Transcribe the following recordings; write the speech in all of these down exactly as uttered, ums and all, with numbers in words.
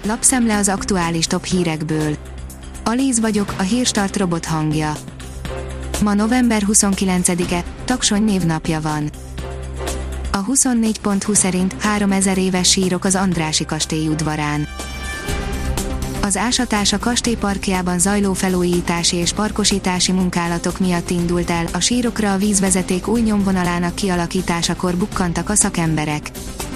Lapszemle az aktuális top hírekből. Alíz vagyok, a Hírstart robot hangja. Ma november huszonkilencedike, Taksony névnapja van. A huszonnégy pont hu szerint háromezer éves sírok az Andrássy kastély udvarán. Az ásatás a kastély parkjában zajló felújítási és parkosítási munkálatok miatt indult el, a sírokra a vízvezeték új nyomvonalának kialakításakor bukkantak a szakemberek.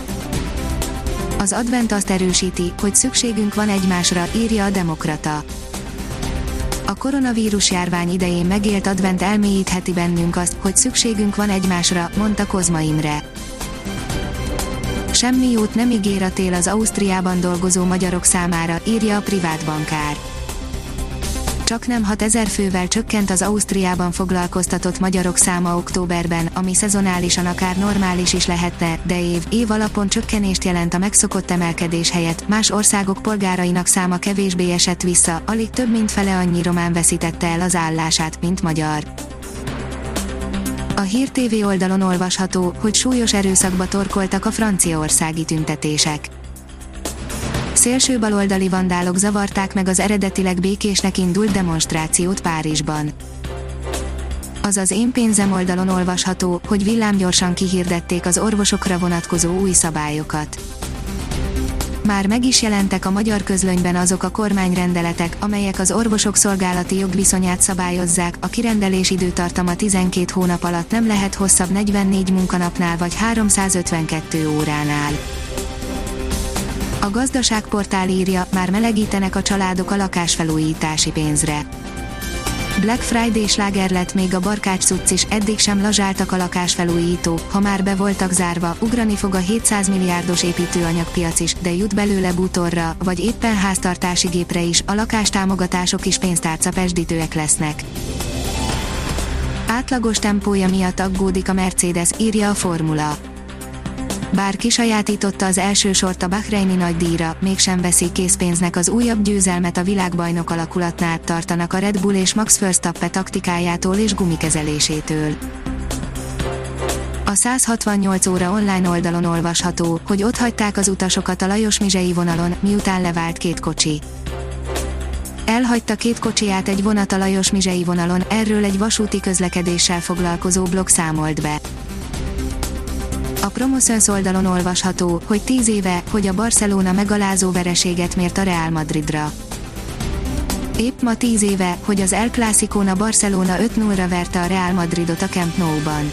Az advent azt erősíti, hogy szükségünk van egymásra, írja a Demokrata. A koronavírus járvány idején megélt advent elmélyítheti bennünk azt, hogy szükségünk van egymásra, mondta Kozma Imre. Semmi jót nem ígér a tél az Ausztriában dolgozó magyarok számára, írja a privát bankár. Csaknem hatezer fővel csökkent az Ausztriában foglalkoztatott magyarok száma októberben, ami szezonálisan akár normális is lehetne, de év, év alapon csökkenést jelent a megszokott emelkedés helyett, más országok polgárainak száma kevésbé esett vissza, alig több mint fele annyi román veszítette el az állását, mint magyar. A Hír té vé oldalon olvasható, hogy súlyos erőszakba torkoltak a franciaországi tüntetések. Szélső baloldali vandálok zavarták meg az eredetileg békésnek indult demonstrációt Párizsban. Az az Én pénzem oldalon olvasható, hogy villámgyorsan kihirdették az orvosokra vonatkozó új szabályokat. Már meg is jelentek a magyar közlönyben azok a kormányrendeletek, amelyek az orvosok szolgálati jogviszonyát szabályozzák, a kirendelés időtartama tizenkét hónap alatt nem lehet hosszabb negyvennégy munkanapnál vagy háromszázötvenkettő óránál. A gazdaságportál írja, már melegítenek a családok a lakásfelújítási pénzre. Black Friday sláger lett még a Barkács cucc is, eddig sem lazsáltak a lakásfelújítók, ha már be voltak zárva, ugrani fog a hétszáz milliárdos építőanyagpiac is, de jut belőle bútorra, vagy éppen háztartási gépre is, a lakástámogatások is pénztárca pesdítőek lesznek. Átlagos tempója miatt aggódik a Mercedes, írja a Formula. Bár kisajátította az első sort a bahreini nagydíjra, mégsem veszik készpénznek az újabb győzelmet a világbajnok alakulatnál, tartanak a Red Bull és Max Verstappen taktikájától és gumikezelésétől. A száz hatvannyolc óra online oldalon olvasható, hogy otthagyták az utasokat a Lajos-Mizsei vonalon, miután levált két kocsi. Elhagyta két kocsiját egy vonat a Lajos-Mizsei vonalon, erről egy vasúti közlekedéssel foglalkozó blog számolt be. A Promoszöns oldalon olvasható, hogy tíz éve, hogy a Barcelona megalázó vereséget mért a Real Madridra. Épp ma tíz éve, hogy az El Clasicón a Barcelona öt nullra verte a Real Madridot a Camp Nou-ban.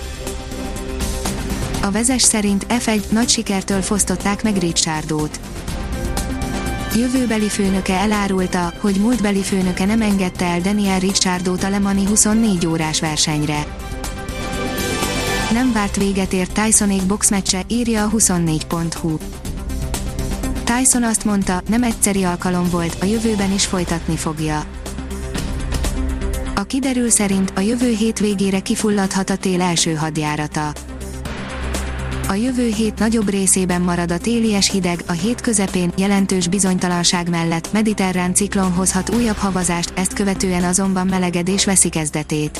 A Vezes szerint ef egy nagy sikertől fosztották meg Ricciardót. Jövőbeli főnöke elárulta, hogy múltbeli főnöke nem engedte el Daniel Ricciardót a Le Mans-i huszonnégy órás versenyre. Nem várt véget ért Tysonék boxmeccse, írja a huszonnégy pont hu. Tyson azt mondta, nem egyszeri alkalom volt, a jövőben is folytatni fogja. A kiderül szerint a jövő hét végére kifulladhat a tél első hadjárata. A jövő hét nagyobb részében marad a télies hideg, a hét közepén, jelentős bizonytalanság mellett mediterrán ciklon hozhat újabb havazást, ezt követően azonban melegedés veszi kezdetét.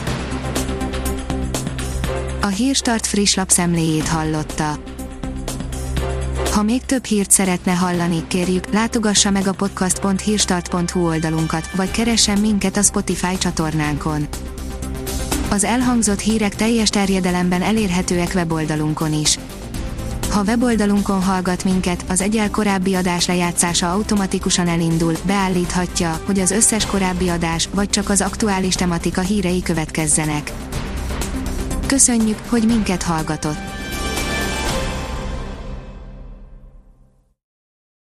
A Hírstart friss lapszemléjét hallotta. Ha még több hírt szeretne hallani, kérjük, látogassa meg a podcast pont hírstart pont hu oldalunkat, vagy keressen minket a Spotify csatornánkon. Az elhangzott hírek teljes terjedelemben elérhetőek weboldalunkon is. Ha weboldalunkon hallgat minket, az egyel korábbi adás lejátszása automatikusan elindul, beállíthatja, hogy az összes korábbi adás, vagy csak az aktuális tematika hírei következzenek. Köszönjük, hogy minket hallgatott!